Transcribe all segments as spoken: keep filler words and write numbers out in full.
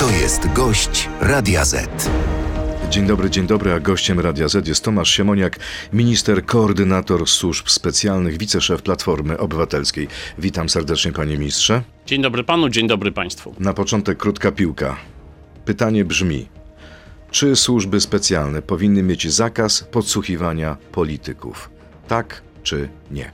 To jest gość Radia Z. Dzień dobry, dzień dobry, a gościem Radia Z jest Tomasz Siemoniak, minister, koordynator służb specjalnych, wiceszef Platformy Obywatelskiej. Witam serdecznie, panie ministrze. Dzień dobry panu, dzień dobry państwu. Na początek krótka piłka. Pytanie brzmi, czy służby specjalne powinny mieć zakaz podsłuchiwania polityków? Tak czy nie?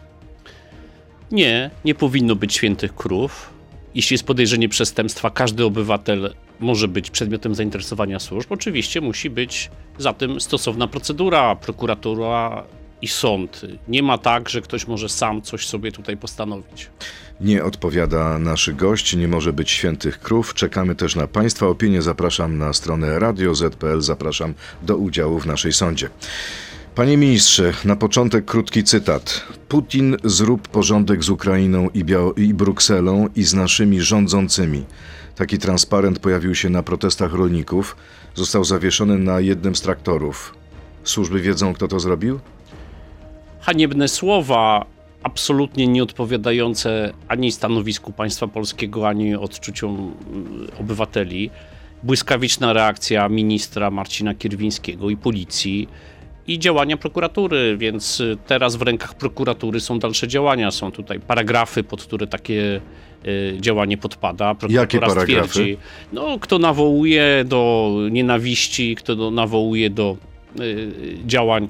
Nie, nie powinno być świętych krów. Jeśli jest podejrzenie przestępstwa, każdy obywatel może być przedmiotem zainteresowania służb. Oczywiście musi być za tym stosowna procedura, prokuratura i sąd. Nie ma tak, że ktoś może sam coś sobie tutaj postanowić. Nie odpowiada nasz gość, nie może być świętych krów. Czekamy też na państwa opinię. Zapraszam na stronę radio zet kropka pe el. Zapraszam do udziału w naszej sądzie. Panie ministrze, na początek krótki cytat. Putin, zrób porządek z Ukrainą i, Biał- i Brukselą i z naszymi rządzącymi. Taki transparent pojawił się na protestach rolników. Został zawieszony na jednym z traktorów. Służby wiedzą, kto to zrobił? Haniebne słowa, absolutnie nie odpowiadające ani stanowisku państwa polskiego, ani odczuciom obywateli. Błyskawiczna reakcja ministra Marcina Kierwińskiego i policji i działania prokuratury, więc teraz w rękach prokuratury są dalsze działania. Są tutaj paragrafy, pod które takie y, działanie podpada. Prokuratura Jakie paragrafy? Stwierdzi, no, kto nawołuje do nienawiści, kto do, nawołuje do y, działań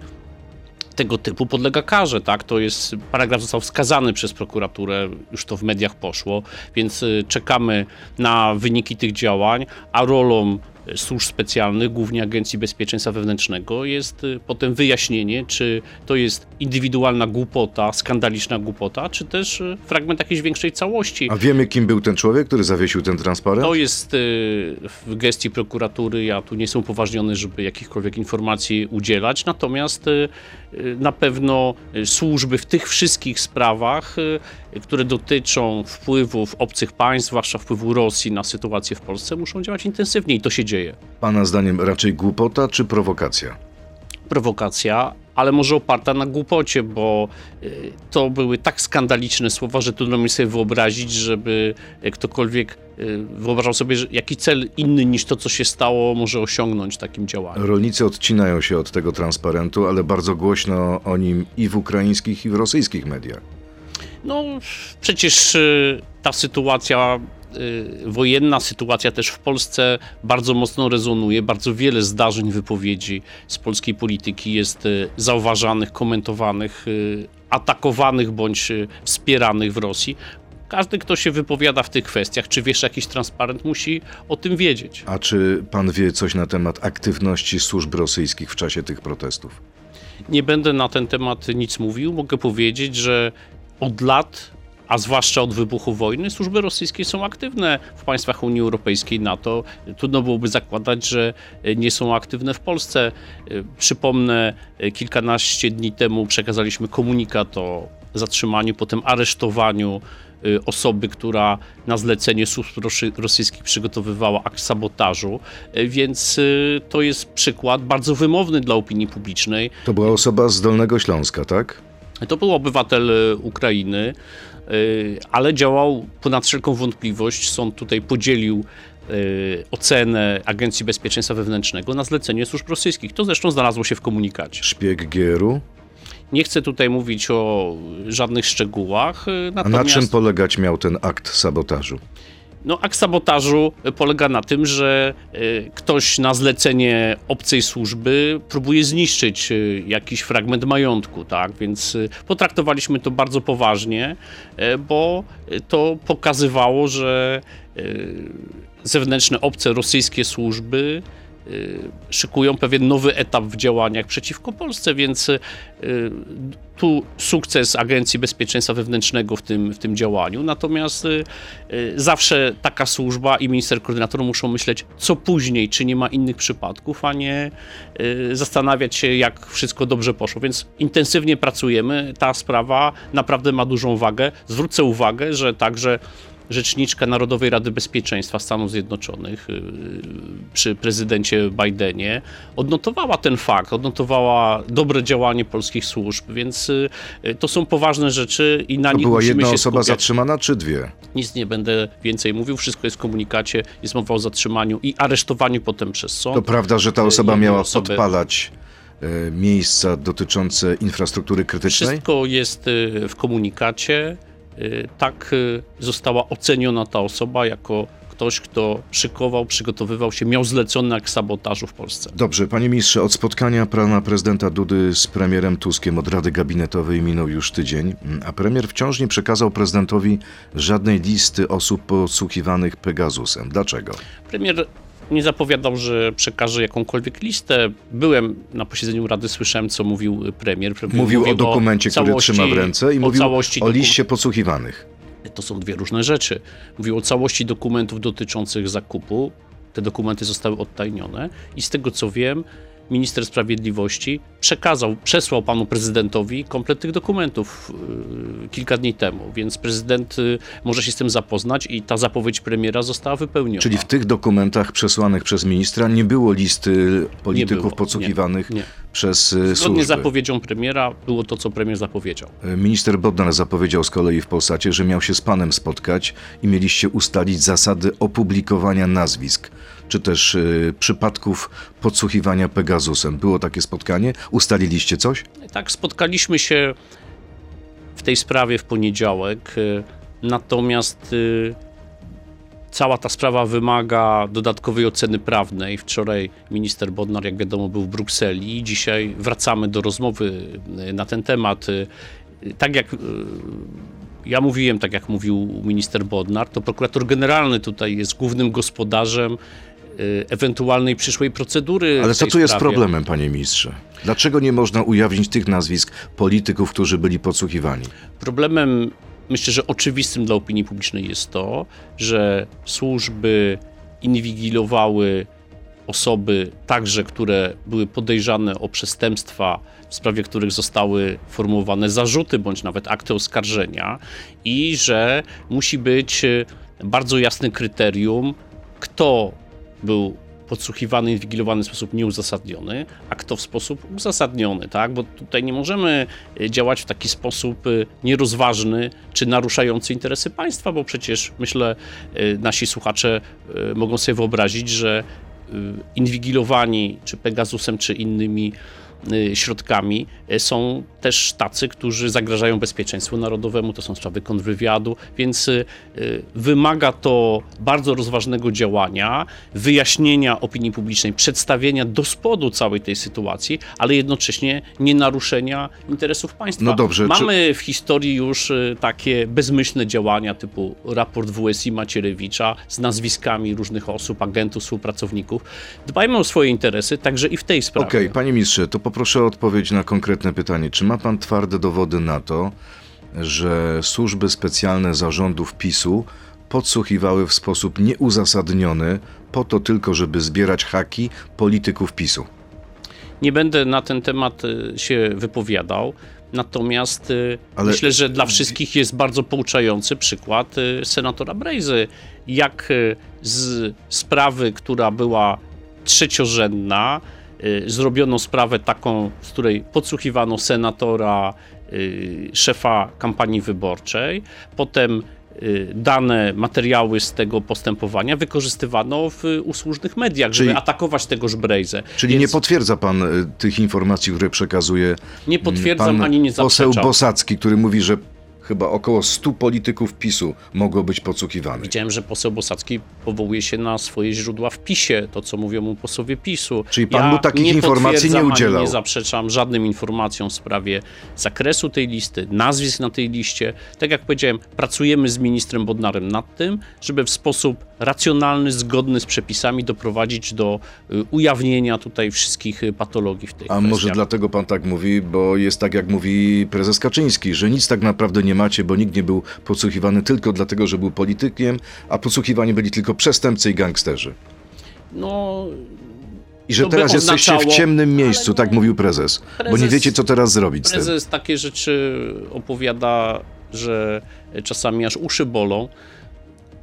tego typu, podlega karze, tak? To jest, paragraf został wskazany przez prokuraturę, już to w mediach poszło, więc y, czekamy na wyniki tych działań, a rolą służb specjalnych, głównie Agencji Bezpieczeństwa Wewnętrznego, jest y, potem wyjaśnienie, czy to jest indywidualna głupota, skandaliczna głupota, czy też y, fragment jakiejś większej całości. A wiemy, kim był ten człowiek, który zawiesił ten transparent? To jest y, w gestii prokuratury, ja tu nie jestem upoważniony, żeby jakichkolwiek informacji udzielać, natomiast y, y, na pewno y, służby w tych wszystkich sprawach, y, które dotyczą wpływów obcych państw, zwłaszcza wpływu Rosji na sytuację w Polsce, muszą działać intensywnie i to się dzieje. Pana zdaniem raczej głupota czy prowokacja? Prowokacja, ale może oparta na głupocie, bo y, to były tak skandaliczne słowa, że trudno mi sobie wyobrazić, żeby ktokolwiek y, wyobrażał sobie, że jaki cel inny niż to, co się stało, może osiągnąć takim działaniem. Rolnicy odcinają się od tego transparentu, ale bardzo głośno o nim i w ukraińskich, i w rosyjskich mediach. No przecież y, ta sytuacja y, wojenna, sytuacja też w Polsce bardzo mocno rezonuje. Bardzo wiele zdarzeń, wypowiedzi z polskiej polityki jest y, zauważanych, komentowanych, y, atakowanych bądź y, wspieranych w Rosji. Każdy, kto się wypowiada w tych kwestiach, czy wiesz jakiś transparent, musi o tym wiedzieć. A czy pan wie coś na temat aktywności służb rosyjskich w czasie tych protestów? Nie będę na ten temat nic mówił. Mogę powiedzieć, że od lat, a zwłaszcza od wybuchu wojny, służby rosyjskie są aktywne w państwach Unii Europejskiej, NATO. Trudno byłoby zakładać, że nie są aktywne w Polsce. Przypomnę, kilkanaście dni temu przekazaliśmy komunikat o zatrzymaniu, potem aresztowaniu osoby, która na zlecenie służb rosyjskich przygotowywała akt sabotażu, więc to jest przykład bardzo wymowny dla opinii publicznej. To była osoba z Dolnego Śląska, tak? To był obywatel Ukrainy, ale działał ponad wszelką wątpliwość. Sąd tutaj podzielił ocenę Agencji Bezpieczeństwa Wewnętrznego na zlecenie służb rosyjskich. To zresztą znalazło się w komunikacie. Szpieg G R U? Nie chcę tutaj mówić o żadnych szczegółach. Natomiast... A na czym polegać miał ten akt sabotażu? No, akt sabotażu polega na tym, że y, ktoś na zlecenie obcej służby próbuje zniszczyć y, jakiś fragment majątku, tak? Więc y, potraktowaliśmy to bardzo poważnie, y, bo y, to pokazywało, że y, zewnętrzne, obce rosyjskie służby y, szykują pewien nowy etap w działaniach przeciwko Polsce, więc y, tu sukces Agencji Bezpieczeństwa Wewnętrznego w tym, w tym działaniu, natomiast y, y, zawsze taka służba i minister koordynator muszą myśleć, co później, czy nie ma innych przypadków, a nie y, zastanawiać się, jak wszystko dobrze poszło, więc intensywnie pracujemy, ta sprawa naprawdę ma dużą wagę. Zwrócę uwagę, że także rzeczniczka Narodowej Rady Bezpieczeństwa Stanów Zjednoczonych przy prezydencie Bidenie odnotowała ten fakt, odnotowała dobre działanie polskich służb, więc to są poważne rzeczy i na to nich była musimy jedna się osoba skupiać. zatrzymana, czy dwie? Nic nie będę więcej mówił, wszystko jest w komunikacie, jest mowa o zatrzymaniu i aresztowaniu potem przez sąd. To prawda, że ta osoba Jednej miała osoby. podpalać e, miejsca dotyczące infrastruktury krytycznej? Wszystko jest y, w komunikacie. Y, Tak y, została oceniona ta osoba jako ktoś, kto szykował, przygotowywał się, miał zlecony akt sabotażu w Polsce. Dobrze, panie ministrze, od spotkania pana prezydenta Dudy z premierem Tuskiem od Rady Gabinetowej minął już tydzień, a premier wciąż nie przekazał prezydentowi żadnej listy osób podsłuchiwanych Pegasusem. Dlaczego? Premier nie zapowiadał, że przekaże jakąkolwiek listę. Byłem na posiedzeniu Rady, słyszałem, co mówił premier. premier Mówił, mówił o dokumencie, który całości, trzyma w ręce i o mówił całości o doku- liście podsłuchiwanych. To są dwie różne rzeczy. Mówił o całości dokumentów dotyczących zakupu. Te dokumenty zostały odtajnione i z tego, co wiem, minister sprawiedliwości przekazał, przesłał panu prezydentowi komplet tych dokumentów yy, kilka dni temu, więc prezydent yy, może się z tym zapoznać i ta zapowiedź premiera została wypełniona. Czyli w tych dokumentach przesłanych przez ministra nie było listy polityków było, podsłuchiwanych nie, nie. przez e, Zgodnie służby. z zapowiedzią premiera było to, co premier zapowiedział. Minister Bodnar zapowiedział z kolei w Polsacie, że miał się z panem spotkać i mieliście ustalić zasady opublikowania nazwisk, czy też y, przypadków podsłuchiwania Pegasusem. Było takie spotkanie? Ustaliliście coś? Tak, spotkaliśmy się w tej sprawie w poniedziałek, y, natomiast y, cała ta sprawa wymaga dodatkowej oceny prawnej. Wczoraj minister Bodnar, jak wiadomo, był w Brukseli i dzisiaj wracamy do rozmowy y, na ten temat. Y, Tak jak y, ja mówiłem, tak jak mówił minister Bodnar, to prokurator generalny tutaj jest głównym gospodarzem y, ewentualnej przyszłej procedury. Ale w co tej tu jest sprawie. problemem, panie ministrze? Dlaczego nie można ujawnić tych nazwisk polityków, którzy byli podsłuchiwani? Problemem, myślę, że oczywistym dla opinii publicznej jest to, że służby inwigilowały osoby także, które były podejrzane o przestępstwa, w sprawie których zostały formułowane zarzuty bądź nawet akty oskarżenia i że musi być bardzo jasne kryterium, kto był podsłuchiwany, inwigilowany w sposób nieuzasadniony, a kto w sposób uzasadniony, tak? Bo tutaj nie możemy działać w taki sposób nierozważny czy naruszający interesy państwa, bo przecież myślę, nasi słuchacze mogą sobie wyobrazić, że inwigilowani czy Pegasusem, czy innymi środkami są też tacy, którzy zagrażają bezpieczeństwu narodowemu, to są sprawy kontrwywiadu, więc wymaga to bardzo rozważnego działania, wyjaśnienia opinii publicznej, przedstawienia do spodu całej tej sytuacji, ale jednocześnie nie naruszenia interesów państwa. No dobrze, Mamy czy... w historii już takie bezmyślne działania typu raport W S I Macierewicza z nazwiskami różnych osób, agentów, współpracowników. Dbajmy o swoje interesy, także i w tej sprawie. Okej, okay, panie ministrze, to poproszę o odpowiedź na konkretne pytanie. Czy ma pan twarde dowody na to, że służby specjalne zarządów PiSu podsłuchiwały w sposób nieuzasadniony po to tylko, żeby zbierać haki polityków PiSu? Nie będę na ten temat się wypowiadał, natomiast Ale... myślę, że dla wszystkich jest bardzo pouczający przykład senatora Brejzy, jak z sprawy, która była trzeciorzędna, zrobiono sprawę taką, z której podsłuchiwano senatora, szefa kampanii wyborczej, potem dane, materiały z tego postępowania wykorzystywano w usłużnych mediach, Czyli... żeby atakować tegoż Brejzę. Czyli Więc... nie potwierdza pan tych informacji, które przekazuje Nie potwierdzam pan ani nie zaprzeczam. Poseł Bosacki, który mówi, że chyba około stu polityków PiSu mogło być podsłuchiwanych. Widziałem, że poseł Bosacki powołuje się na swoje źródła w PiSie, to co mówią mu posłowie PiSu. Czyli pan ja mu takich nie informacji nie udzielał? Nie zaprzeczam żadnym informacjom w sprawie zakresu tej listy, nazwisk na tej liście. Tak jak powiedziałem, pracujemy z ministrem Bodnarem nad tym, żeby w sposób racjonalny, zgodny z przepisami doprowadzić do ujawnienia tutaj wszystkich patologii w tej A kwestii. może dlatego pan tak mówi, bo jest tak, jak mówi prezes Kaczyński, że nic tak naprawdę nie macie, bo nikt nie był podsłuchiwany tylko dlatego, że był politykiem, a podsłuchiwani byli tylko przestępcy i gangsterzy. No... I że teraz jesteście w ciemnym miejscu, tak mówił prezes, prezes, bo nie wiecie, co teraz zrobić prezes z tym. Prezes takie rzeczy opowiada, że czasami aż uszy bolą.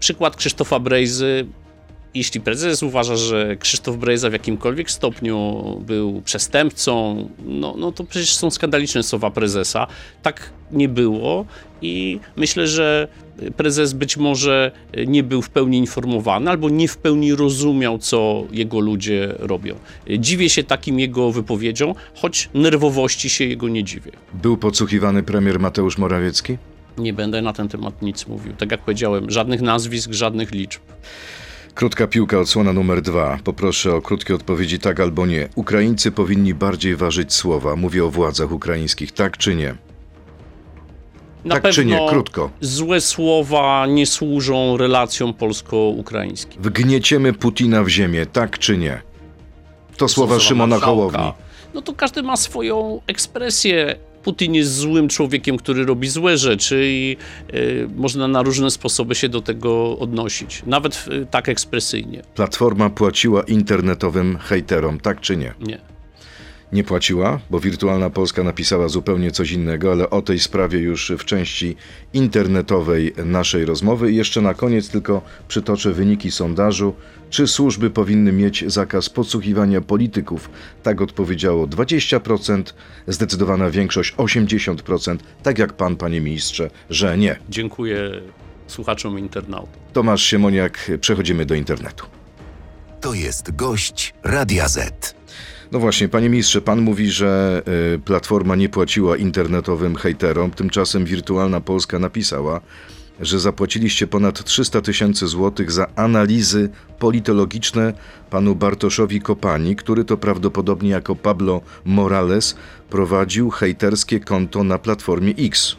przykład Krzysztofa Brejzy. Jeśli prezes uważa, że Krzysztof Brejza w jakimkolwiek stopniu był przestępcą, no, no to przecież są skandaliczne słowa prezesa. Tak nie było i myślę, że prezes być może nie był w pełni informowany albo nie w pełni rozumiał, co jego ludzie robią. Dziwię się takim jego wypowiedziom, choć nerwowości się jego nie dziwię. Był podsłuchiwany premier Mateusz Morawiecki? Nie będę na ten temat nic mówił. Tak jak powiedziałem, żadnych nazwisk, żadnych liczb. Krótka piłka, odsłona numer dwa. Poproszę o krótkie odpowiedzi tak albo nie. Ukraińcy powinni bardziej ważyć słowa. Mówię o władzach ukraińskich. Tak czy nie? Na tak pewno czy nie? Krótko. Złe słowa nie służą relacjom polsko-ukraińskim. Wgnieciemy Putina w ziemię. Tak czy nie? To słowa Słowa Szymona marszałka. Hołowni. No to każdy ma swoją ekspresję. Putin jest złym człowiekiem, który robi złe rzeczy i y, można na różne sposoby się do tego odnosić. Nawet y, tak ekspresyjnie. Platforma płaciła internetowym hejterom. Tak czy nie? Nie. Nie płaciła, bo Wirtualna Polska napisała zupełnie coś innego, ale o tej sprawie już w części internetowej naszej rozmowy. I jeszcze na koniec tylko przytoczę wyniki sondażu. Czy służby powinny mieć zakaz podsłuchiwania polityków? Tak odpowiedziało dwadzieścia procent, zdecydowana większość osiemdziesiąt procent, tak jak pan, panie ministrze, że nie. Dziękuję słuchaczom internautów. Tomasz Siemoniak, przechodzimy do internetu. To jest gość Radia Z. No właśnie, panie ministrze, pan mówi, że y, Platforma nie płaciła internetowym hejterom, tymczasem Wirtualna Polska napisała, że zapłaciliście ponad trzysta tysięcy złotych za analizy politologiczne panu Bartoszowi Kopani, który to prawdopodobnie jako Pablo Morales prowadził hejterskie konto na Platformie X.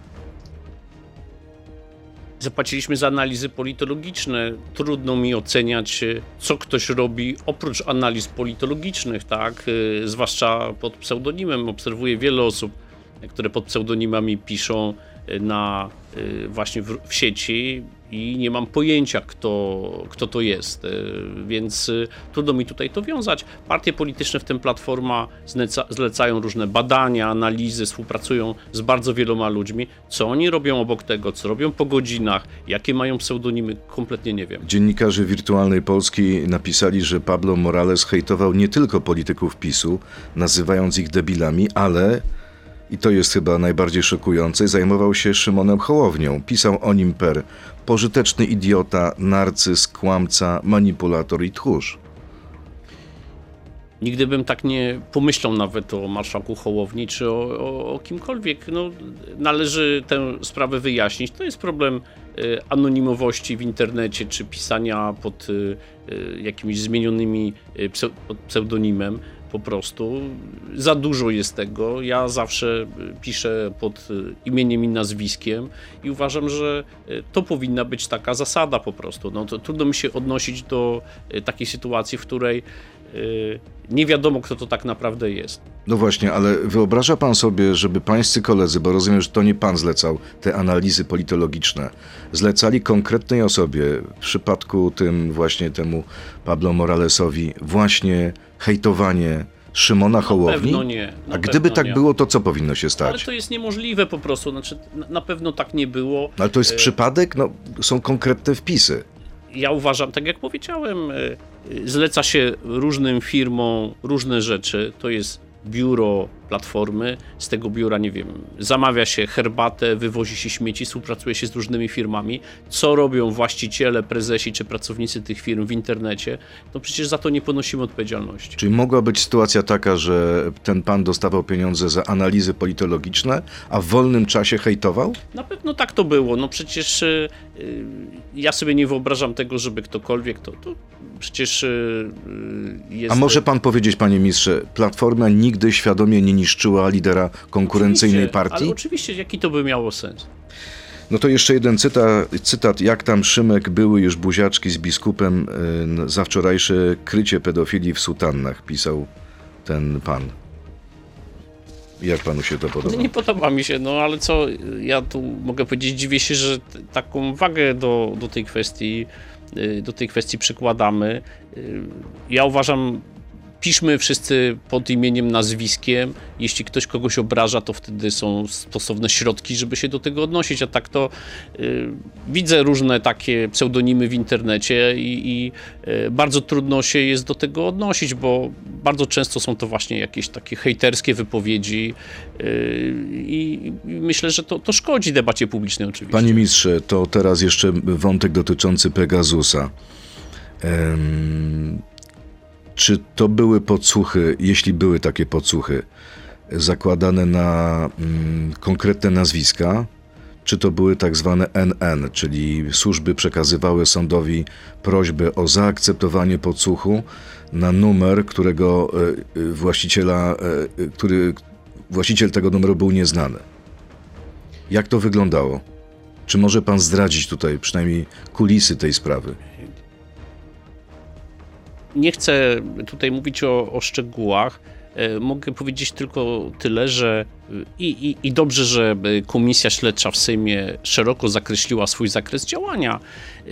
Zapłaciliśmy za analizy politologiczne. Trudno mi oceniać, co ktoś robi oprócz analiz politologicznych, tak? Zwłaszcza pod pseudonimem. Obserwuję wiele osób, które pod pseudonimami piszą na, właśnie w, w sieci i nie mam pojęcia, kto, kto to jest, więc trudno mi tutaj to wiązać. Partie polityczne, w tym Platforma, zleca, zlecają różne badania, analizy, współpracują z bardzo wieloma ludźmi. Co oni robią obok tego, co robią po godzinach, jakie mają pseudonimy, kompletnie nie wiem. Dziennikarze Wirtualnej Polski napisali, że Pablo Morales hejtował nie tylko polityków PiSu, nazywając ich debilami, ale... i to jest chyba najbardziej szokujące, zajmował się Szymonem Hołownią. Pisał o nim per pożyteczny idiota, narcyz, kłamca, manipulator i tchórz. Nigdy bym tak nie pomyślał nawet o marszałku Hołowni czy o, o, o kimkolwiek. No, należy tę sprawę wyjaśnić. To jest problem y, anonimowości w internecie czy pisania pod y, y, jakimiś zmienionymi y, pse, pod pseudonimem. Po prostu za dużo jest tego. Ja zawsze piszę pod imieniem i nazwiskiem i uważam, że to powinna być taka zasada po prostu. No to trudno mi się odnosić do takiej sytuacji, w której nie wiadomo, kto to tak naprawdę jest. No właśnie, ale wyobraża pan sobie, żeby pańscy koledzy, bo rozumiem, że to nie pan zlecał te analizy politologiczne, zlecali konkretnej osobie, w przypadku tym właśnie temu Pablo Moralesowi, właśnie hejtowanie Szymona Hołowni? Na pewno nie. Na A gdyby tak nie. było, to co powinno się stać? Ale to jest niemożliwe po prostu. Znaczy, na, na pewno tak nie było. Ale to jest e... przypadek? No, są konkretne wpisy. Ja uważam, tak jak powiedziałem, zleca się różnym firmom różne rzeczy. To jest biuro Platformy, z tego biura, nie wiem, zamawia się herbatę, wywozi się śmieci, współpracuje się z różnymi firmami. Co robią właściciele, prezesi czy pracownicy tych firm w internecie, no przecież za to nie ponosimy odpowiedzialności. Czyli mogła być sytuacja taka, że ten pan dostawał pieniądze za analizy politologiczne, a w wolnym czasie hejtował? Na pewno tak to było. No przecież yy, ja sobie nie wyobrażam tego, żeby ktokolwiek to... to przecież yy, jest... A może pan powiedzieć, panie ministrze, Platforma nigdy świadomie nie niszczyła lidera konkurencyjnej oczywiście, partii? Ale oczywiście, jaki to by miało sens? No to jeszcze jeden cytat, cytat, jak tam Szymek, były już buziaczki z biskupem yy, za wczorajsze krycie pedofilii w sutannach, pisał ten pan. Jak panu się to podoba? Nie podoba mi się, no ale co, ja tu mogę powiedzieć, dziwię się, że t- taką wagę do, do tej kwestii, yy, do tej kwestii przykładamy. Yy, ja uważam, piszmy wszyscy pod imieniem, nazwiskiem. Jeśli ktoś kogoś obraża, to wtedy są stosowne środki, żeby się do tego odnosić. A tak to y, widzę różne takie pseudonimy w internecie i, i y, bardzo trudno się jest do tego odnosić, bo bardzo często są to właśnie jakieś takie hejterskie wypowiedzi y, i myślę, że to, to szkodzi debacie publicznej oczywiście. Panie ministrze, to teraz jeszcze wątek dotyczący Pegasusa. Um, czy to były podsłuchy, jeśli były takie podsłuchy, zakładane na um, konkretne nazwiska, czy to były tak zwane N N, czyli służby przekazywały sądowi prośbę o zaakceptowanie podsłuchu na numer, którego y, właściciela, y, który właściciel tego numeru był nieznany. Jak to wyglądało? Czy może pan zdradzić tutaj przynajmniej kulisy tej sprawy? Nie chcę tutaj mówić o, o szczegółach. Mogę powiedzieć tylko tyle, że i, i, i dobrze, że Komisja Śledcza w Sejmie szeroko zakreśliła swój zakres działania,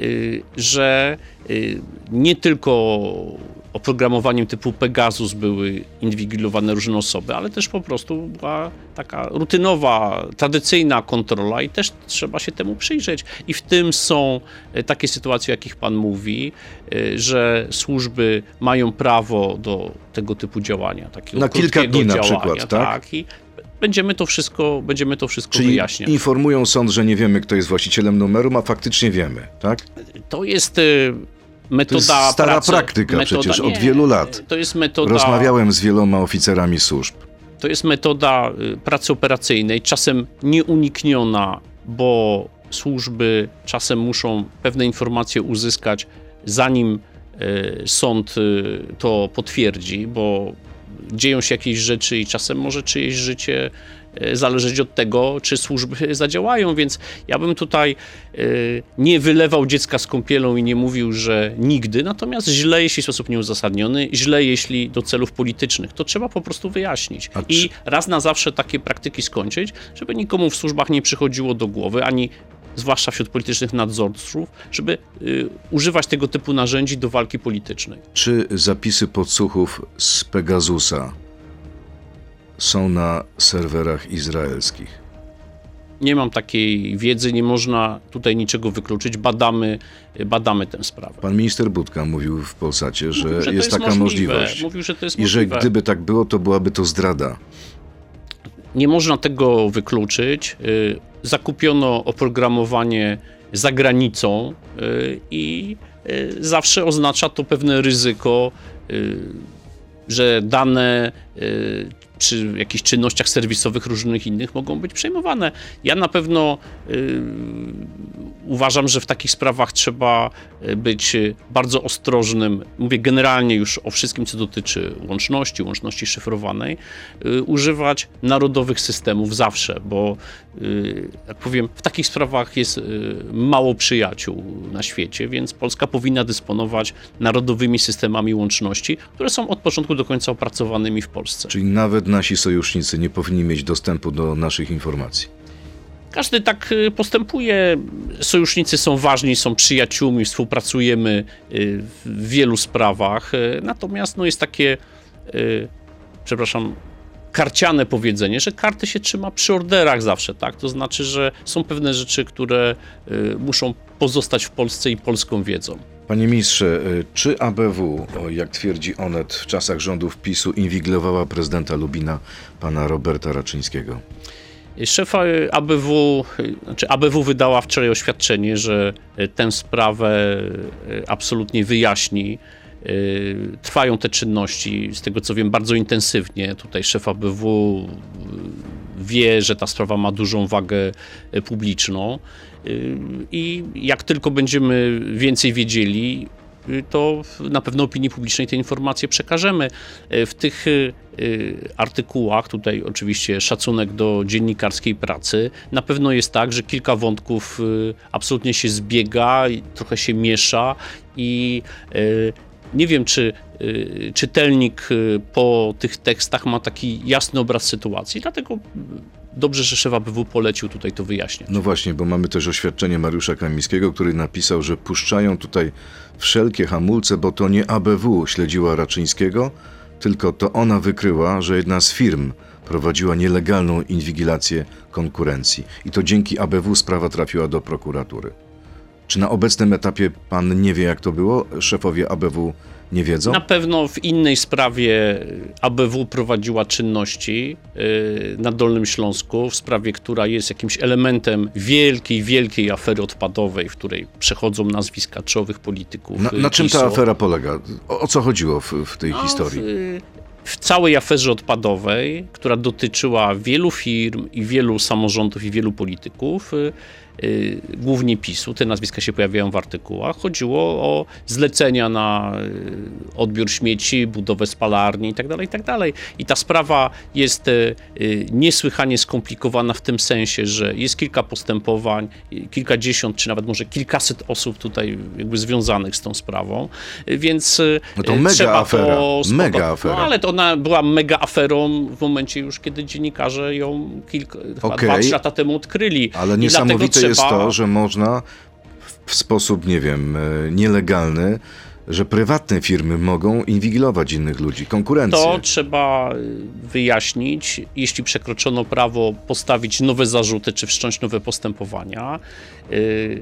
że nie tylko oprogramowaniem typu Pegasus były inwigilowane różne osoby, ale też po prostu była taka rutynowa, tradycyjna kontrola i też trzeba się temu przyjrzeć. I w tym są takie sytuacje, o jakich pan mówi, że służby mają prawo do tego typu działania. Takiego na kilka dni działania, na przykład, tak? tak i będziemy to wszystko, będziemy to wszystko Czyli wyjaśniać. informują sąd, że nie wiemy, kto jest właścicielem numeru, a faktycznie wiemy, tak? To jest metoda To jest stara pracy, praktyka metoda, przecież od nie, wielu lat. To jest metoda, Rozmawiałem z wieloma oficerami służb. To jest metoda pracy operacyjnej, czasem nieunikniona, bo służby czasem muszą pewne informacje uzyskać, zanim sąd to potwierdzi, bo dzieją się jakieś rzeczy i czasem może czyjeś życie zależeć od tego, czy służby zadziałają, więc ja bym tutaj nie wylewał dziecka z kąpielą i nie mówił, że nigdy, natomiast źle, jeśli w sposób nieuzasadniony, źle, jeśli do celów politycznych. To trzeba po prostu wyjaśnić A i czy... raz na zawsze takie praktyki skończyć, żeby nikomu w służbach nie przychodziło do głowy, ani zwłaszcza wśród politycznych nadzorców, żeby y, używać tego typu narzędzi do walki politycznej. Czy zapisy podsłuchów z Pegasusa są na serwerach izraelskich? Nie mam takiej wiedzy, nie można tutaj niczego wykluczyć. Badamy, badamy tę sprawę. Pan minister Budka mówił w Polsacie, że, Mówił, że jest, to jest taka możliwe. możliwość. Mówił, że to jest I możliwe. że gdyby tak było, to byłaby to zdrada. Nie można tego wykluczyć. Zakupiono oprogramowanie za granicą i zawsze oznacza to pewne ryzyko, że dane przy jakichś czynnościach serwisowych różnych innych mogą być przejmowane. Ja na pewno y, uważam, że w takich sprawach trzeba być bardzo ostrożnym. Mówię generalnie już o wszystkim, co dotyczy łączności, łączności szyfrowanej. Y, używać narodowych systemów zawsze, bo y, jak powiem, w takich sprawach jest y, mało przyjaciół na świecie, więc Polska powinna dysponować narodowymi systemami łączności, które są od początku do końca opracowanymi w Polsce. Czyli nawet nasi sojusznicy nie powinni mieć dostępu do naszych informacji. Każdy tak postępuje. Sojusznicy są ważni, są przyjaciółmi, współpracujemy w wielu sprawach. Natomiast no, jest takie, przepraszam, karciane powiedzenie, że karty się trzyma przy orderach zawsze, tak? To znaczy, że są pewne rzeczy, które muszą pozostać w Polsce i polską wiedzą. Panie ministrze, czy A B W, jak twierdzi Onet, w czasach rządów PiSu inwigilowała prezydenta Lubina, pana Roberta Raczyńskiego? Szefa A B W, znaczy A B W wydała wczoraj oświadczenie, że tę sprawę absolutnie wyjaśni. Trwają te czynności, z tego co wiem, bardzo intensywnie. Tutaj szef A B W wie, że ta sprawa ma dużą wagę publiczną i jak tylko będziemy więcej wiedzieli, to na pewno opinii publicznej te informacje przekażemy. W tych artykułach, tutaj oczywiście szacunek do dziennikarskiej pracy, na pewno jest tak, że kilka wątków absolutnie się zbiega, trochę się miesza i nie wiem, czy czytelnik po tych tekstach ma taki jasny obraz sytuacji, dlatego dobrze, że szef A B W polecił tutaj to wyjaśniać. No właśnie, bo mamy też oświadczenie Mariusza Kamińskiego, który napisał, że puszczają tutaj wszelkie hamulce, bo to nie A B W śledziła Raczyńskiego, tylko to ona wykryła, że jedna z firm prowadziła nielegalną inwigilację konkurencji. I to dzięki A B W sprawa trafiła do prokuratury. Czy na obecnym etapie pan nie wie, jak to było? Szefowie A B W nie wiedzą? Na pewno w innej sprawie A B W prowadziła czynności yy, na Dolnym Śląsku, w sprawie, która jest jakimś elementem wielkiej, wielkiej afery odpadowej, w której przechodzą nazwiska czołowych polityków. Na, na czym PiS-u. ta afera polega? O, o co chodziło w, w tej No, historii? W, w całej aferze odpadowej, która dotyczyła wielu firm i wielu samorządów i wielu polityków, yy, Yy, głównie PiS-u, te nazwiska się pojawiają w artykułach, chodziło o zlecenia na yy, odbiór śmieci, budowę spalarni itd., itd. I ta sprawa jest yy, niesłychanie skomplikowana w tym sensie, że jest kilka postępowań, yy, kilkadziesiąt czy nawet może kilkaset osób tutaj jakby związanych z tą sprawą, yy, więc yy, No to mega trzeba afera, to spoko- mega afera. No ale to ona była mega aferą w momencie już, kiedy dziennikarze ją kilka, chyba Okej, dwa, trzy lata temu odkryli. Ale I niesamowite dlatego jest trzeba... to, że można w sposób, nie wiem, e, nielegalny, że prywatne firmy mogą inwigilować innych ludzi, konkurencję. To trzeba wyjaśnić, jeśli przekroczono prawo, postawić nowe zarzuty, czy wszcząć nowe postępowania. Yy,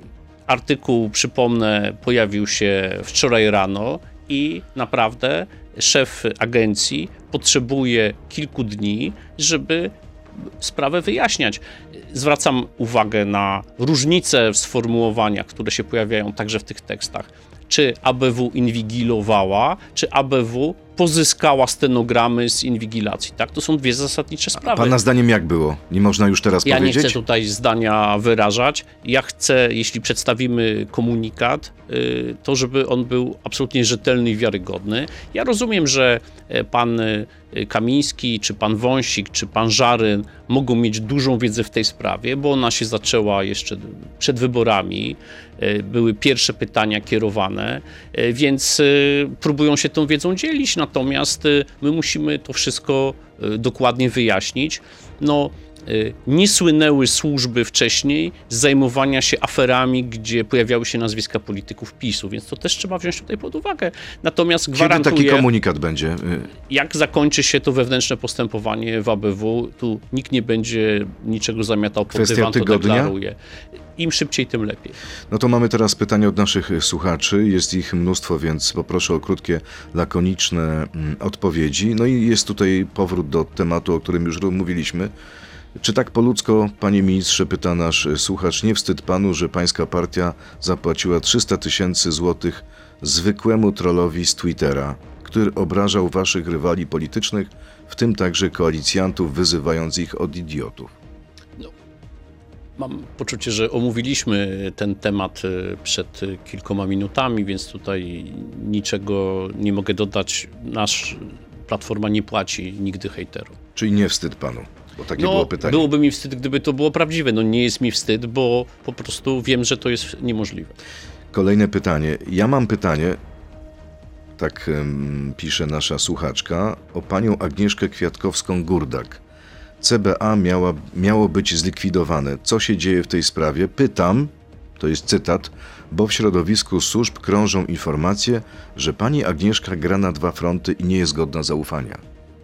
artykuł, przypomnę, pojawił się wczoraj rano i naprawdę szef agencji potrzebuje kilku dni, żeby sprawę wyjaśniać. Zwracam uwagę na różnice w sformułowaniach, które się pojawiają także w tych tekstach. Czy A B W inwigilowała, czy A B W pozyskała stenogramy z inwigilacji. Tak? To są dwie zasadnicze sprawy. Pana zdaniem jak było? Nie można już teraz Ja powiedzieć? nie chcę tutaj zdania wyrażać. Ja chcę, jeśli przedstawimy komunikat, to żeby on był absolutnie rzetelny i wiarygodny. Ja rozumiem, że pan Kamiński, czy pan Wąsik, czy pan Żaryn mogą mieć dużą wiedzę w tej sprawie, bo ona się zaczęła jeszcze przed wyborami. Były pierwsze pytania kierowane, więc próbują się tą wiedzą dzielić, natomiast my musimy to wszystko dokładnie wyjaśnić. No, nie słynęły służby wcześniej z zajmowania się aferami, gdzie pojawiały się nazwiska polityków PiS-u, więc to też trzeba wziąć tutaj pod uwagę. Natomiast Kiedy gwarantuję, taki komunikat będzie? jak zakończy się to wewnętrzne postępowanie w A B W, tu nikt nie będzie niczego zamiatał pod Kwestia dywan, to tygodnia? deklaruję. Im szybciej, tym lepiej. No to mamy teraz pytania od naszych słuchaczy. Jest ich mnóstwo, więc poproszę o krótkie, lakoniczne mm, odpowiedzi. No i jest tutaj powrót do tematu, o którym już mówiliśmy. Czy tak po ludzko, panie ministrze, pyta nasz słuchacz, nie wstyd panu, że pańska partia zapłaciła trzysta tysięcy złotych zwykłemu trollowi z Twittera, który obrażał waszych rywali politycznych, w tym także koalicjantów, wyzywając ich od idiotów? Mam poczucie, że omówiliśmy ten temat przed kilkoma minutami, więc tutaj niczego nie mogę dodać. Nasz Platforma nie płaci nigdy hejterom. Czyli nie wstyd panu? Bo takie no, było pytanie. Byłoby mi wstyd, gdyby to było prawdziwe. No nie jest mi wstyd, bo po prostu wiem, że to jest niemożliwe. Kolejne pytanie. Ja mam pytanie, tak um, pisze nasza słuchaczka, o panią Agnieszkę Kwiatkowską-Gurdak. C B A miała, miało być zlikwidowane. Co się dzieje w tej sprawie? Pytam, to jest cytat, bo w środowisku służb krążą informacje, że pani Agnieszka gra na dwa fronty i nie jest godna zaufania.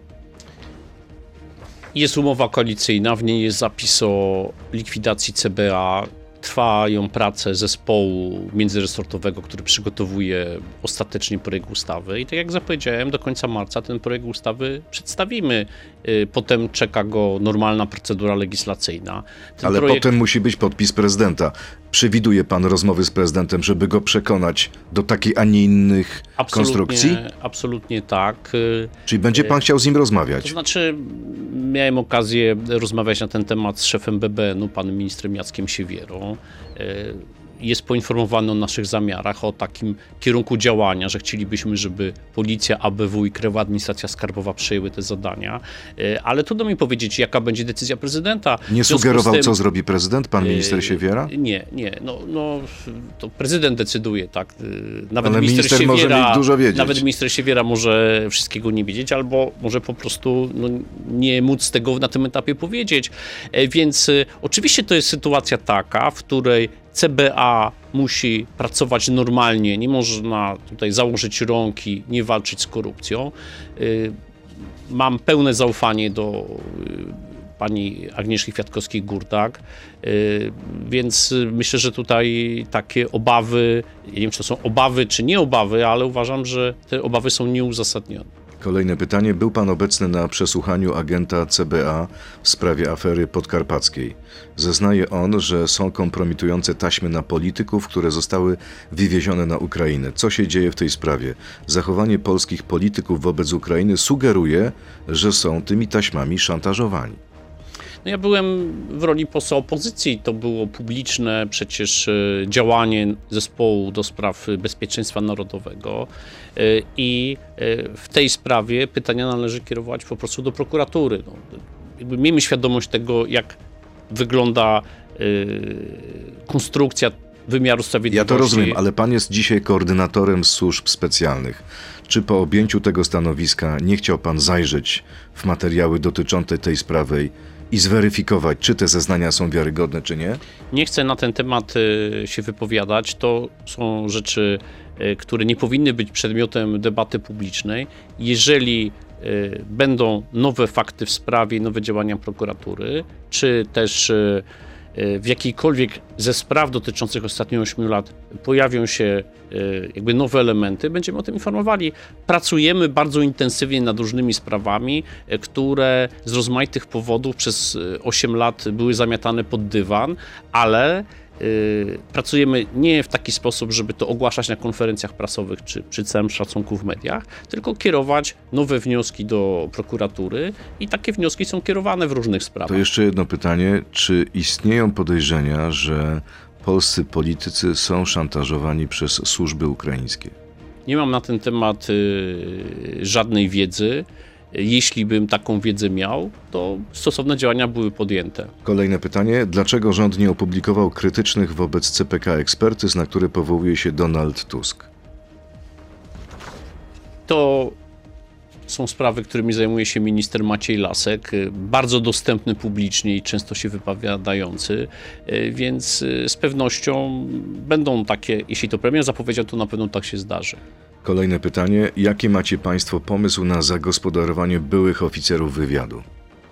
Jest umowa koalicyjna, w niej jest zapis o likwidacji C B A. Trwają prace zespołu międzyresortowego, który przygotowuje ostatecznie projekt ustawy i tak jak zapowiedziałem, do końca marca ten projekt ustawy przedstawimy. Potem czeka go normalna procedura legislacyjna. Ten Ale projekt... potem musi być podpis prezydenta. Przewiduje pan rozmowy z prezydentem, żeby go przekonać do takiej, a nie innych absolutnie, konstrukcji? Absolutnie tak. Czyli będzie pan chciał z nim rozmawiać? To znaczy, miałem okazję rozmawiać na ten temat z szefem B B N u, panem ministrem Jackiem Siewierą. Jest poinformowany o naszych zamiarach, o takim kierunku działania, że chcielibyśmy, żeby Policja, A B W i Krajowa Administracja Skarbowa przejęły te zadania. Ale trudno mi powiedzieć, jaka będzie decyzja prezydenta. Nie sugerował, tym, co zrobi prezydent, pan minister Siewiera? Nie, nie. No, no, to prezydent decyduje, tak. Nawet Ale minister, minister Siewiera, może mieć dużo wiedzieć. Nawet minister Siewiera może wszystkiego nie wiedzieć, albo może po prostu no, nie móc tego na tym etapie powiedzieć. Więc oczywiście to jest sytuacja taka, w której C B A musi pracować normalnie, nie można tutaj założyć rąk i nie walczyć z korupcją. Mam pełne zaufanie do pani Agnieszki Kwiatkowskiej-Gurdak, więc myślę, że tutaj takie obawy, nie wiem, czy to są obawy, czy nie obawy, ale uważam, że te obawy są nieuzasadnione. Kolejne pytanie. Był pan obecny na przesłuchaniu agenta C B A w sprawie afery podkarpackiej. Zeznaje on, że są kompromitujące taśmy na polityków, które zostały wywiezione na Ukrainę. Co się dzieje w tej sprawie? Zachowanie polskich polityków wobec Ukrainy sugeruje, że są tymi taśmami szantażowani. No ja byłem w roli posła opozycji, to było publiczne przecież działanie zespołu do spraw bezpieczeństwa narodowego i w tej sprawie pytania należy kierować po prostu do prokuratury. No, jakby miejmy świadomość tego, jak wygląda konstrukcja wymiaru sprawiedliwości. Ja to rozumiem, ale pan jest dzisiaj koordynatorem służb specjalnych. Czy po objęciu tego stanowiska nie chciał pan zajrzeć w materiały dotyczące tej sprawy i zweryfikować, czy te zeznania są wiarygodne, czy nie? Nie chcę na ten temat się wypowiadać. To są rzeczy, które nie powinny być przedmiotem debaty publicznej. Jeżeli będą nowe fakty w sprawie, nowe działania prokuratury, czy też w jakiejkolwiek ze spraw dotyczących ostatnich ośmiu lat pojawią się jakby nowe elementy, będziemy o tym informowali. Pracujemy bardzo intensywnie nad różnymi sprawami, które z rozmaitych powodów przez osiem lat były zamiatane pod dywan, ale pracujemy nie w taki sposób, żeby to ogłaszać na konferencjach prasowych czy przy całym szacunku w mediach, tylko kierować nowe wnioski do prokuratury i takie wnioski są kierowane w różnych sprawach. To jeszcze jedno pytanie. Czy istnieją podejrzenia, że polscy politycy są szantażowani przez służby ukraińskie? Nie mam na ten temat y, żadnej wiedzy. Jeśli bym taką wiedzę miał, to stosowne działania były podjęte. Kolejne pytanie. Dlaczego rząd nie opublikował krytycznych wobec C P K ekspertyz, na które powołuje się Donald Tusk? To są sprawy, którymi zajmuje się minister Maciej Lasek, bardzo dostępny publicznie i często się wypowiadający, więc z pewnością będą takie, jeśli to premier zapowiedział, to na pewno tak się zdarzy. Kolejne pytanie. Jaki macie państwo pomysł na zagospodarowanie byłych oficerów wywiadu?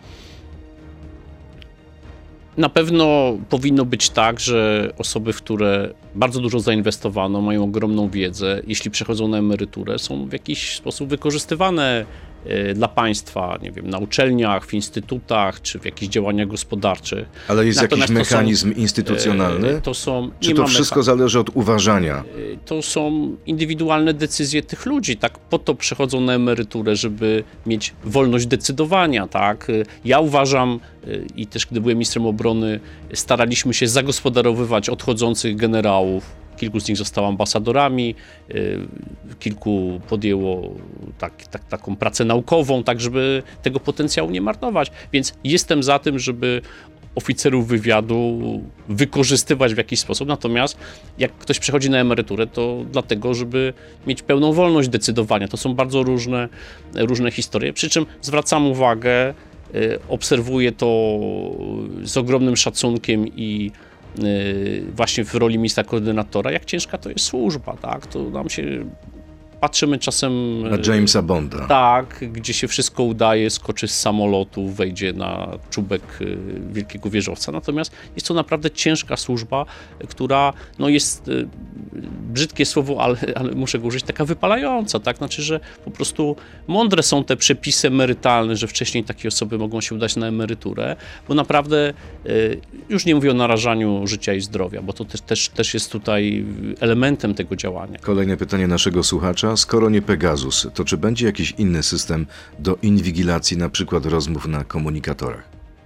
Na pewno powinno być tak, że osoby, w które bardzo dużo zainwestowano, mają ogromną wiedzę, jeśli przechodzą na emeryturę, są w jakiś sposób wykorzystywane dla państwa, nie wiem, na uczelniach, w instytutach, czy w jakichś działaniach gospodarczych. Ale jest Natomiast jakiś mechanizm to są, instytucjonalny? To są, czy to wszystko zależy od uważania? To są indywidualne decyzje tych ludzi, tak? Po to przechodzą na emeryturę, żeby mieć wolność decydowania, tak? Ja uważam, i też gdy byłem ministrem obrony, staraliśmy się zagospodarowywać odchodzących generałów. Kilku z nich zostało ambasadorami, kilku podjęło tak, tak, taką pracę naukową, tak żeby tego potencjału nie marnować. Więc jestem za tym, żeby oficerów wywiadu wykorzystywać w jakiś sposób. Natomiast jak ktoś przechodzi na emeryturę, to dlatego, żeby mieć pełną wolność decydowania. To są bardzo różne, różne historie. Przy czym zwracam uwagę, obserwuję to z ogromnym szacunkiem i właśnie w roli ministra koordynatora, jak ciężka to jest służba, tak? To nam się patrzymy czasem... Na Jamesa Bonda. Tak, gdzie się wszystko udaje, skoczy z samolotu, wejdzie na czubek wielkiego wieżowca. Natomiast jest to naprawdę ciężka służba, która no jest, brzydkie słowo, ale, ale muszę go użyć, taka wypalająca, tak? Znaczy, że po prostu mądre są te przepisy emerytalne, że wcześniej takie osoby mogą się udać na emeryturę, bo naprawdę, już nie mówię o narażaniu życia i zdrowia, bo to też, też, też jest tutaj elementem tego działania. Kolejne pytanie naszego słuchacza. Skoro nie Pegasus, to czy będzie jakiś inny system do inwigilacji, na przykład rozmów na komunikatorach?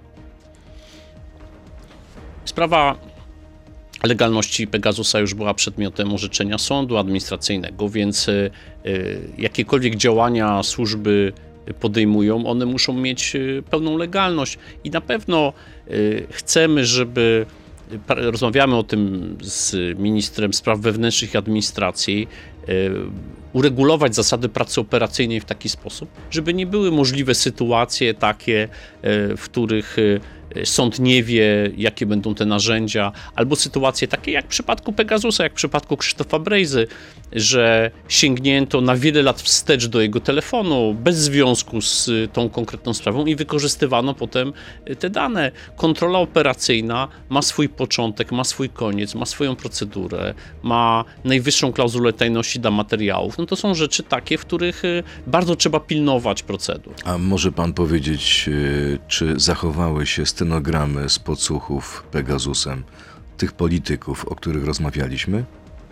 Sprawa legalności Pegasusa już była przedmiotem orzeczenia sądu administracyjnego, więc y, jakiekolwiek działania służby podejmują, one muszą mieć pełną legalność i na pewno y, chcemy, żeby rozmawiamy o tym z ministrem spraw wewnętrznych i administracji, uregulować zasady pracy operacyjnej w taki sposób, żeby nie były możliwe sytuacje takie, w których sąd nie wie, jakie będą te narzędzia, albo sytuacje takie jak w przypadku Pegasusa, jak w przypadku Krzysztofa Brejzy, że sięgnięto na wiele lat wstecz do jego telefonu, bez związku z tą konkretną sprawą i wykorzystywano potem te dane. Kontrola operacyjna ma swój początek, ma swój koniec, ma swoją procedurę, ma najwyższą klauzulę tajności dla materiałów. No to są rzeczy takie, w których bardzo trzeba pilnować procedur. A może pan powiedzieć, czy zachowały się stenogramy z podsłuchów Pegasusem tych polityków, o których rozmawialiśmy?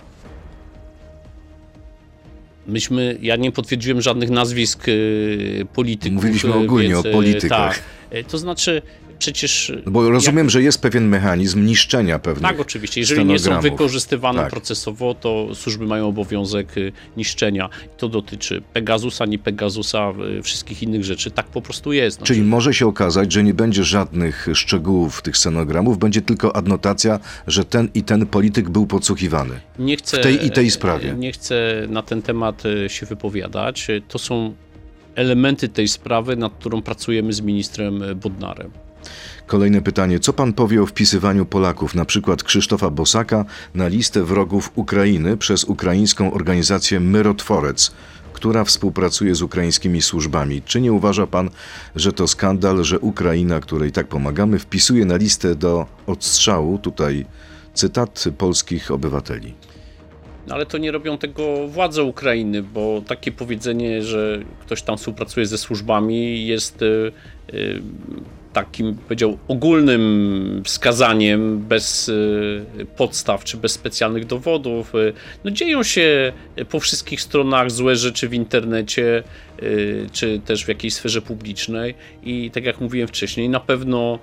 Myśmy, ja nie potwierdziłem żadnych nazwisk y, polityków. Mówiliśmy ogólnie więc, o politykach. Tak, to znaczy przecież... No bo rozumiem, jak... że jest pewien mechanizm niszczenia pewnych Tak, oczywiście. Jeżeli nie są wykorzystywane tak. procesowo, to służby mają obowiązek niszczenia. To dotyczy Pegasusa, nie Pegasusa, wszystkich innych rzeczy. Tak po prostu jest. Znaczy... Czyli może się okazać, że nie będzie żadnych szczegółów tych scenogramów, będzie tylko adnotacja, że ten i ten polityk był podsłuchiwany. Nie chcę, w tej i tej sprawie. Nie chcę na ten temat się wypowiadać. To są elementy tej sprawy, nad którą pracujemy z ministrem Bodnarem. Kolejne pytanie. Co pan powie o wpisywaniu Polaków, na przykład Krzysztofa Bosaka, na listę wrogów Ukrainy przez ukraińską organizację Myrotworec, która współpracuje z ukraińskimi służbami? Czy nie uważa pan, że to skandal, że Ukraina, której tak pomagamy, wpisuje na listę do odstrzału, tutaj cytat, polskich obywateli? No ale to nie robią tego władze Ukrainy, bo takie powiedzenie, że ktoś tam współpracuje ze służbami jest y, y, takim, powiedział, ogólnym wskazaniem bez y, podstaw czy bez specjalnych dowodów. No dzieją się po wszystkich stronach złe rzeczy w internecie y, czy też w jakiejś sferze publicznej i tak jak mówiłem wcześniej, na pewno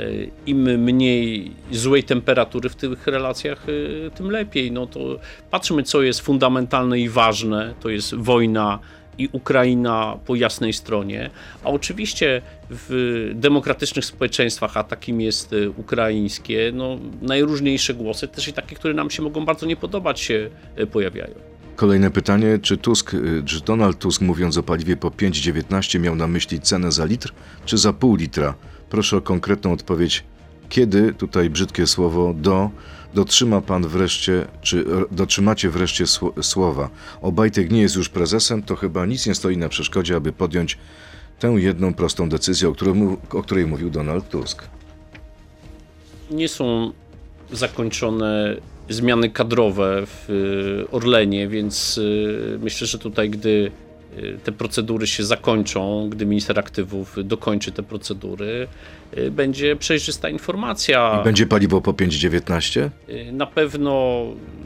im mniej złej temperatury w tych relacjach, tym lepiej. No to patrzmy, co jest fundamentalne i ważne. To jest wojna i Ukraina po jasnej stronie. A oczywiście w demokratycznych społeczeństwach, a takim jest ukraińskie, no najróżniejsze głosy, też i takie, które nam się mogą bardzo nie podobać, się pojawiają. Kolejne pytanie. Czy Tusk, czy Donald Tusk, mówiąc o paliwie po pięć dziewiętnaście, miał na myśli cenę za litr, czy za pół litra? Proszę o konkretną odpowiedź. Kiedy, tutaj brzydkie słowo, do, dotrzyma pan wreszcie, czy dotrzymacie wreszcie słowa? Obajtek nie jest już prezesem, to chyba nic nie stoi na przeszkodzie, aby podjąć tę jedną prostą decyzję, o której, o której mówił Donald Tusk. Nie są zakończone zmiany kadrowe w Orlenie, więc myślę, że tutaj, gdy te procedury się zakończą, gdy minister aktywów dokończy te procedury, będzie przejrzysta informacja. I będzie paliwo po pięć dziewiętnaście? Na pewno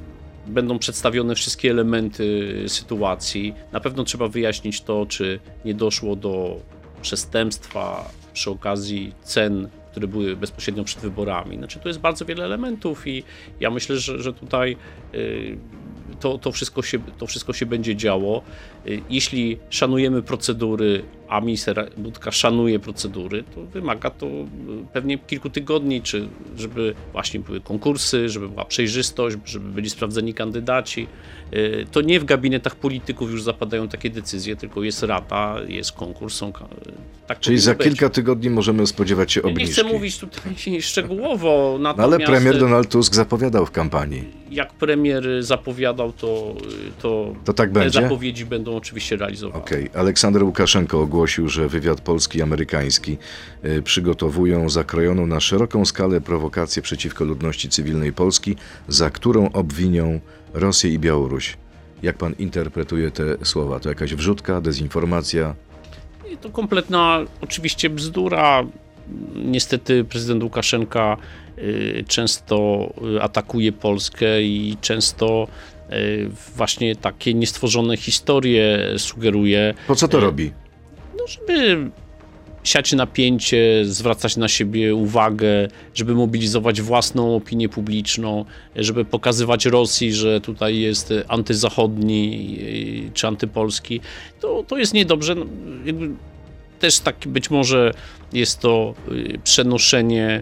będą przedstawione wszystkie elementy sytuacji. Na pewno trzeba wyjaśnić to, czy nie doszło do przestępstwa przy okazji cen, które były bezpośrednio przed wyborami. Znaczy, tu jest bardzo wiele elementów i ja myślę, że, że tutaj yy, to, to, wszystko się, to wszystko się będzie działo. Yy, jeśli szanujemy procedury, a minister Budka szanuje procedury, to wymaga to pewnie kilku tygodni, czy żeby właśnie były konkursy, żeby była przejrzystość, żeby byli sprawdzeni kandydaci. Yy, to nie w gabinetach polityków już zapadają takie decyzje, tylko jest rada, jest konkurs. Są, tak Czyli za być. kilka tygodni możemy spodziewać się Ja obniżki. nie chcę mówić tutaj szczegółowo, no natomiast... ale premier Donald Tusk zapowiadał w kampanii. Jak premier zapowiadał, to, to, to tak te będzie? zapowiedzi będą oczywiście realizowane. Okej. Okay. Aleksander Łukaszenko ogłosił, że wywiad polski i amerykański y, przygotowują zakrojoną na szeroką skalę prowokację przeciwko ludności cywilnej Polski, za którą obwinią Rosję i Białoruś. Jak pan interpretuje te słowa? To jakaś wrzutka, dezinformacja? I to kompletna oczywiście bzdura. Niestety prezydent Łukaszenka y, często atakuje Polskę i często y, właśnie takie niestworzone historie sugeruje. Po co to robi? No, żeby siać napięcie, zwracać na siebie uwagę, żeby mobilizować własną opinię publiczną, żeby pokazywać Rosji, że tutaj jest antyzachodni czy antypolski. To, to jest niedobrze. No, jakby też tak być może jest to przenoszenie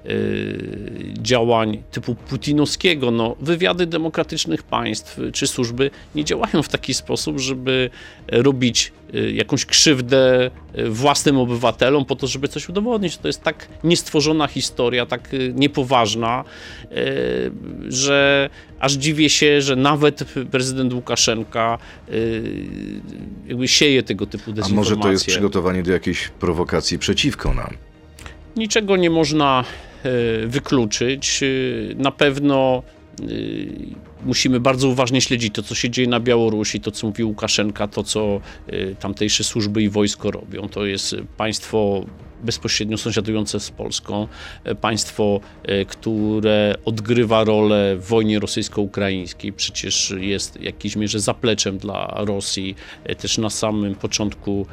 y, działań typu putinowskiego. No, wywiady demokratycznych państw czy służby nie działają w taki sposób, żeby robić y, jakąś krzywdę y, własnym obywatelom po to, żeby coś udowodnić. To jest tak niestworzona historia, tak y, niepoważna, y, że aż dziwię się, że nawet prezydent Łukaszenka y, jakby sieje tego typu dezinformacje. A może to jest przygotowanie do jakiejś prowokacji przeciwko nam? Niczego nie można y, wykluczyć. Y, na pewno y, musimy bardzo uważnie śledzić to, co się dzieje na Białorusi, to, co mówi Łukaszenka, to, co y, tamtejsze służby i wojsko robią. To jest państwo bezpośrednio sąsiadujące z Polską, państwo, które odgrywa rolę w wojnie rosyjsko-ukraińskiej, przecież jest w jakiejś mierze zapleczem dla Rosji. Też na samym początku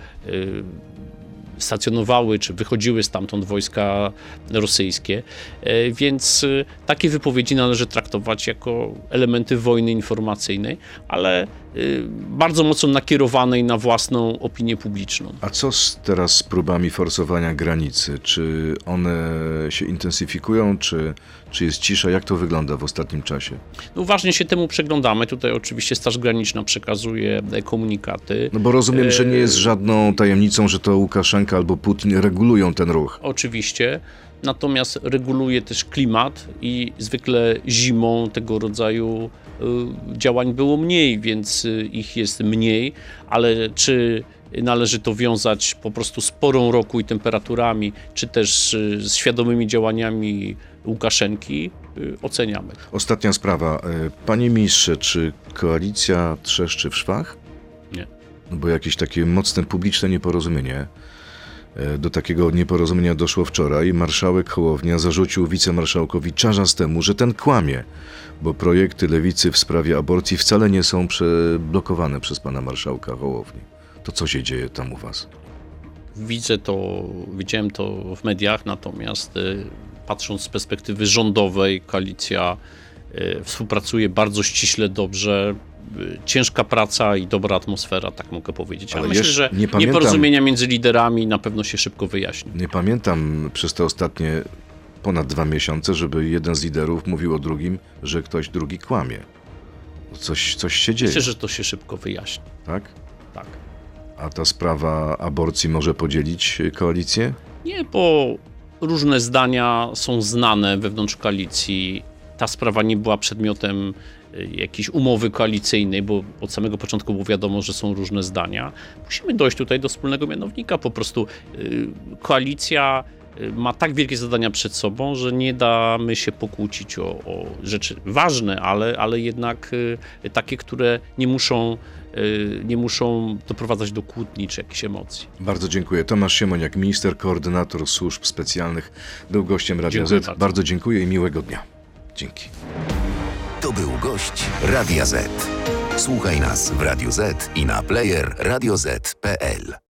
stacjonowały czy wychodziły stamtąd wojska rosyjskie, więc takie wypowiedzi należy traktować jako elementy wojny informacyjnej, ale bardzo mocno nakierowanej na własną opinię publiczną. A co z, teraz z próbami forsowania granicy? Czy one się intensyfikują, czy, czy jest cisza? Jak to wygląda w ostatnim czasie? No, uważnie się temu przeglądamy. Tutaj oczywiście Straż Graniczna przekazuje komunikaty. No bo rozumiem, że nie jest żadną tajemnicą, że to Łukaszenka albo Putin regulują ten ruch. Oczywiście. Natomiast reguluje też klimat i zwykle zimą tego rodzaju y, działań było mniej, więc y, ich jest mniej, ale czy należy to wiązać po prostu z porą roku i temperaturami, czy też y, z świadomymi działaniami Łukaszenki, y, oceniamy. Ostatnia sprawa. Panie ministrze, czy koalicja trzeszczy w szwach? Nie. No bo jakieś takie mocne publiczne nieporozumienie. Do takiego nieporozumienia doszło wczoraj. Marszałek Hołownia zarzucił wicemarszałkowi Czarzastemu, że ten kłamie, bo projekty Lewicy w sprawie aborcji wcale nie są przeblokowane przez pana marszałka Hołowni. To co się dzieje tam u was? Widzę to, widziałem to w mediach, natomiast y, patrząc z perspektywy rządowej, koalicja y, współpracuje bardzo ściśle, dobrze. Ciężka praca i dobra atmosfera, tak mogę powiedzieć. Ale, Ale myślę, że nie pamiętam, nieporozumienia między liderami na pewno się szybko wyjaśnią. Nie pamiętam przez te ostatnie ponad dwa miesiące, żeby jeden z liderów mówił o drugim, że ktoś drugi kłamie. Coś, coś się dzieje. Myślę, że to się szybko wyjaśni. Tak? Tak. A ta sprawa aborcji może podzielić koalicję? Nie, bo różne zdania są znane wewnątrz koalicji. Ta sprawa nie była przedmiotem jakiejś umowy koalicyjnej, bo od samego początku było wiadomo, że są różne zdania. Musimy dojść tutaj do wspólnego mianownika. Po prostu yy, koalicja ma tak wielkie zadania przed sobą, że nie damy się pokłócić o, o rzeczy ważne, ale, ale jednak yy, takie, które nie muszą, yy, nie muszą doprowadzać do kłótni czy jakichś emocji. Bardzo dziękuję. Tomasz Siemoniak, minister, koordynator służb specjalnych, był gościem Radia Z. Bardzo. bardzo dziękuję i miłego dnia. Dzięki. To był gość Radia Z. Słuchaj nas w Radio Z i na player radio zet kropka pe el.